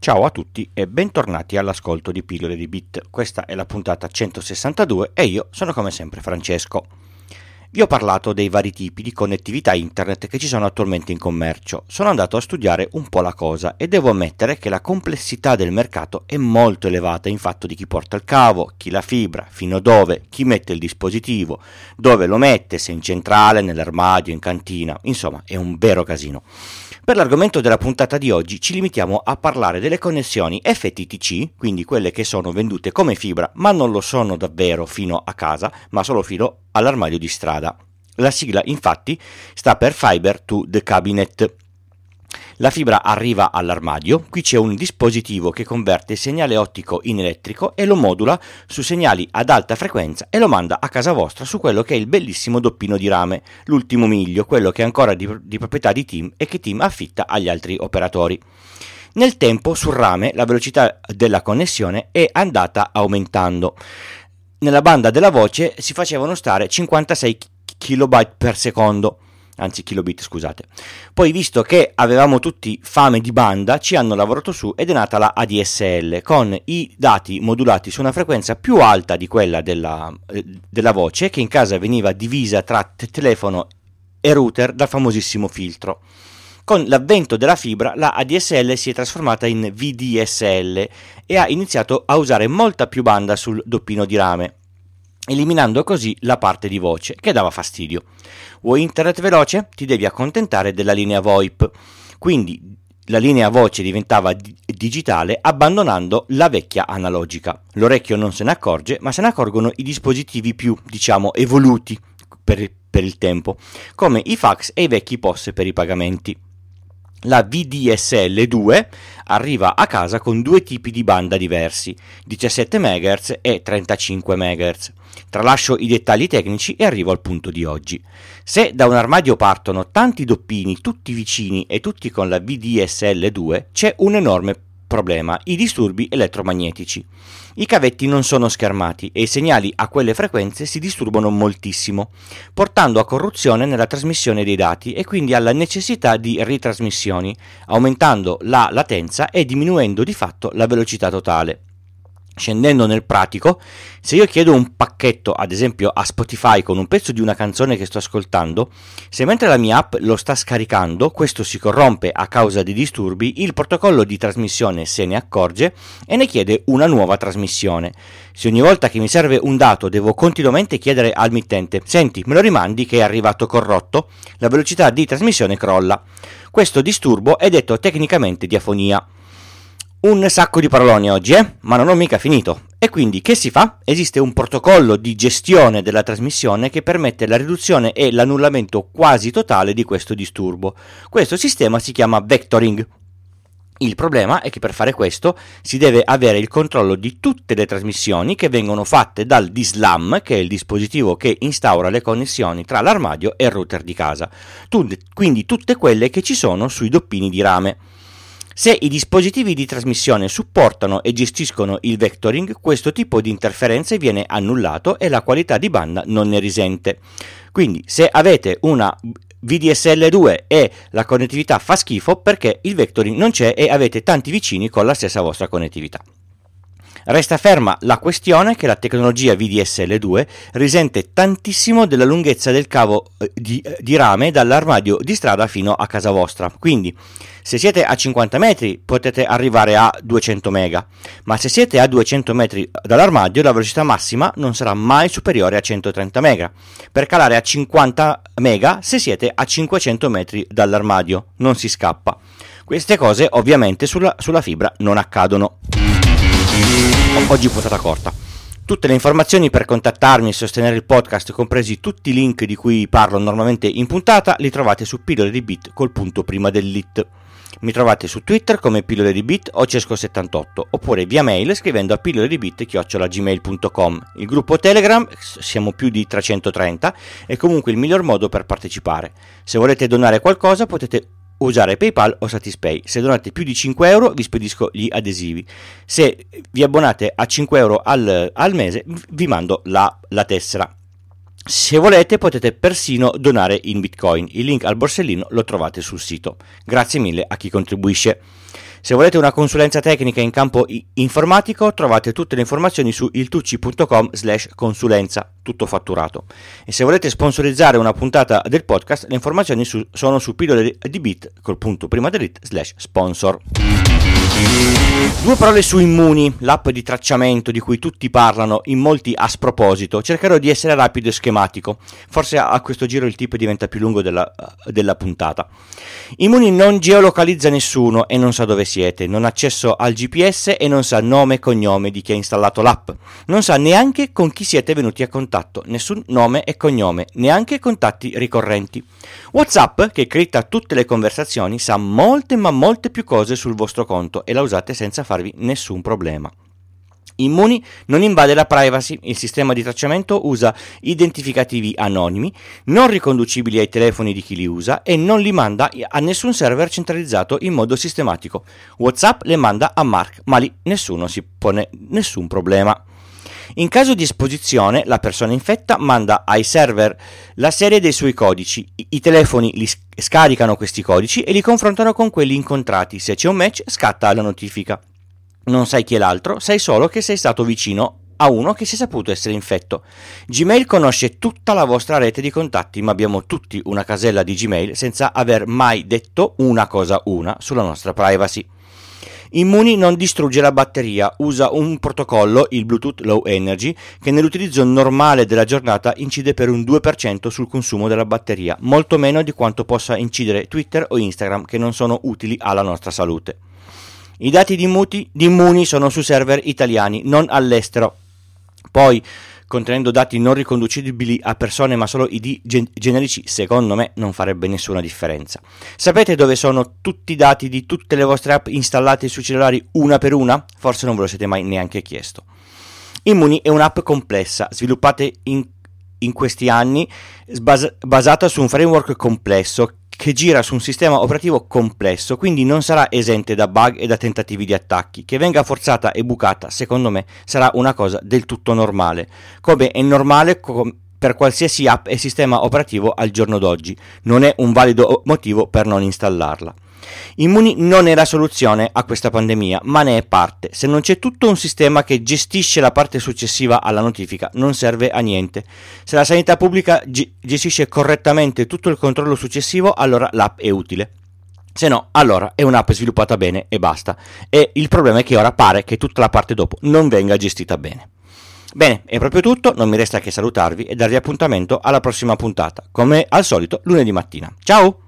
Ciao a tutti e bentornati all'ascolto di Pillole di Bit. Questa è la puntata 162 e io sono come sempre Francesco. Vi ho parlato dei vari tipi di connettività internet che ci sono attualmente in commercio. Sono andato a studiare un po' la cosa e devo ammettere che la complessità del mercato è molto elevata in fatto di chi porta il cavo, chi la fibra, fino a dove, chi mette il dispositivo, dove lo mette, se in centrale, nell'armadio, in cantina, insomma è un vero casino. Per l'argomento della puntata di oggi ci limitiamo a parlare delle connessioni FTTC, quindi quelle che sono vendute come fibra ma non lo sono davvero fino a casa, ma solo fino all'armadio di strada. La sigla infatti sta per Fiber to the Cabinet. La fibra arriva all'armadio, qui c'è un dispositivo che converte il segnale ottico in elettrico e lo modula su segnali ad alta frequenza e lo manda a casa vostra su quello che è il bellissimo doppino di rame, l'ultimo miglio, quello che è ancora di proprietà di TIM e che TIM affitta agli altri operatori. Nel tempo sul rame la velocità della connessione è andata aumentando. Nella banda della voce si facevano stare 56 kB per secondo. Anzi kilobit, scusate. Poi, visto che avevamo tutti fame di banda, ci hanno lavorato su ed è nata la ADSL con i dati modulati su una frequenza più alta di quella della voce, che in casa veniva divisa tra telefono e router dal famosissimo filtro. Con l'avvento della fibra, la ADSL si è trasformata in VDSL e ha iniziato a usare molta più banda sul doppino di rame, eliminando così la parte di voce che dava fastidio. Vuoi internet veloce? Ti devi accontentare della linea VoIP, quindi la linea voce diventava digitale abbandonando la vecchia analogica. L'orecchio non se ne accorge, ma se ne accorgono i dispositivi più, evoluti per il tempo, come i fax e i vecchi POS per i pagamenti. La VDSL 2 arriva a casa con due tipi di banda diversi, 17 MHz e 35 MHz. Tralascio i dettagli tecnici e arrivo al punto di oggi. Se da un armadio partono tanti doppini, tutti vicini e tutti con la VDSL 2, c'è un enorme problema: i disturbi elettromagnetici. I cavetti non sono schermati e i segnali a quelle frequenze si disturbano moltissimo, portando a corruzione nella trasmissione dei dati e quindi alla necessità di ritrasmissioni, aumentando la latenza e diminuendo di fatto la velocità totale. Scendendo nel pratico, se io chiedo un pacchetto, ad esempio a Spotify, con un pezzo di una canzone che sto ascoltando, se mentre la mia app lo sta scaricando, questo si corrompe a causa di disturbi, il protocollo di trasmissione se ne accorge e ne chiede una nuova trasmissione. Se ogni volta che mi serve un dato devo continuamente chiedere al mittente «Senti, me lo rimandi che è arrivato corrotto?», la velocità di trasmissione crolla. Questo disturbo è detto tecnicamente diafonia. Un sacco di paroloni oggi, ma non ho mica finito. E quindi che si fa? Esiste un protocollo di gestione della trasmissione che permette la riduzione e l'annullamento quasi totale di questo disturbo. Questo sistema si chiama vectoring. Il problema è che per fare questo si deve avere il controllo di tutte le trasmissioni che vengono fatte dal DSLAM, che è il dispositivo che instaura le connessioni tra l'armadio e il router di casa. Quindi tutte quelle che ci sono sui doppini di rame. Se i dispositivi di trasmissione supportano e gestiscono il vectoring, questo tipo di interferenze viene annullato e la qualità di banda non ne risente. Quindi, se avete una VDSL 2 e la connettività fa schifo, perché il vectoring non c'è e avete tanti vicini con la stessa vostra connettività. Resta ferma la questione che la tecnologia VDSL 2 risente tantissimo della lunghezza del cavo di rame dall'armadio di strada fino a casa vostra. Quindi, se siete a 50 metri potete arrivare a 200 mega, ma se siete a 200 metri dall'armadio la velocità massima non sarà mai superiore a 130 mega. Per calare a 50 mega se siete a 500 metri dall'armadio, non si scappa. Queste cose ovviamente sulla fibra non accadono. Oggi puntata corta. Tutte le informazioni per contattarmi e sostenere il podcast, compresi tutti i link di cui parlo normalmente in puntata, li trovate su Pillole di Bit col punto prima dell'it. Mi trovate su Twitter come Pillole di Bit o Cesco78, oppure via mail scrivendo a pilloledibit@gmail.com. Il gruppo Telegram, siamo più di 330, è comunque il miglior modo per partecipare. Se volete donare qualcosa potete usare PayPal o Satispay. Se donate più di 5 euro vi spedisco gli adesivi. Se vi abbonate a 5 euro al mese vi mando la tessera. Se volete potete persino donare in Bitcoin. Il link al borsellino lo trovate sul sito. Grazie mille a chi contribuisce. Se volete una consulenza tecnica in campo informatico, trovate tutte le informazioni su iltucci.com/consulenza, tutto fatturato. E se volete sponsorizzare una puntata del podcast, le informazioni sono su pillole di bit col punto prima dell'it/sponsor. Due parole su Immuni, l'app di tracciamento di cui tutti parlano, in molti a sproposito. Cercherò di essere rapido e schematico, forse a questo giro il tip diventa più lungo della puntata. Immuni non geolocalizza nessuno e non sa dove siete, non ha accesso al GPS e non sa nome e cognome di chi ha installato l'app, non sa neanche con chi siete venuti a contatto, nessun nome e cognome, neanche contatti ricorrenti. WhatsApp, che cripta tutte le conversazioni, sa molte ma molte più cose sul vostro conto e la usate senza farvi nessun problema. Immuni non invade la privacy, il sistema di tracciamento usa identificativi anonimi, non riconducibili ai telefoni di chi li usa e non li manda a nessun server centralizzato in modo sistematico. WhatsApp le manda a Mark, ma lì nessuno si pone nessun problema. In caso di esposizione, la persona infetta manda ai server la serie dei suoi codici, i telefoni li scaricano questi codici e li confrontano con quelli incontrati, se c'è un match scatta la notifica. Non sai chi è l'altro, sai solo che sei stato vicino a uno che si è saputo essere infetto. Gmail conosce tutta la vostra rete di contatti, ma abbiamo tutti una casella di Gmail senza aver mai detto una cosa sulla nostra privacy. Immuni non distrugge la batteria, usa un protocollo, il Bluetooth Low Energy, che nell'utilizzo normale della giornata incide per un 2% sul consumo della batteria, molto meno di quanto possa incidere Twitter o Instagram, che non sono utili alla nostra salute. I dati di Immuni sono su server italiani, non all'estero. Poi, contenendo dati non riconducibili a persone ma solo ID generici, secondo me non farebbe nessuna differenza. Sapete dove sono tutti i dati di tutte le vostre app installate sui cellulari una per una? Forse non ve lo siete mai neanche chiesto. Immuni è un'app complessa, sviluppata in questi anni, basata su un framework complesso che gira su un sistema operativo complesso, quindi non sarà esente da bug e da tentativi di attacchi. Che venga forzata e bucata, secondo me, sarà una cosa del tutto normale, come è normale per qualsiasi app e sistema operativo al giorno d'oggi. Non è un valido motivo per non installarla. Immuni non è la soluzione a questa pandemia, ma ne è parte. Se non c'è tutto un sistema che gestisce la parte successiva alla notifica, non serve a niente. Se la sanità pubblica gestisce correttamente tutto il controllo successivo, allora l'app è utile. Se no, allora è un'app sviluppata bene e basta. E il problema è che ora pare che tutta la parte dopo non venga gestita bene. Bene, è proprio tutto, non mi resta che salutarvi e darvi appuntamento alla prossima puntata, come al solito lunedì mattina. Ciao!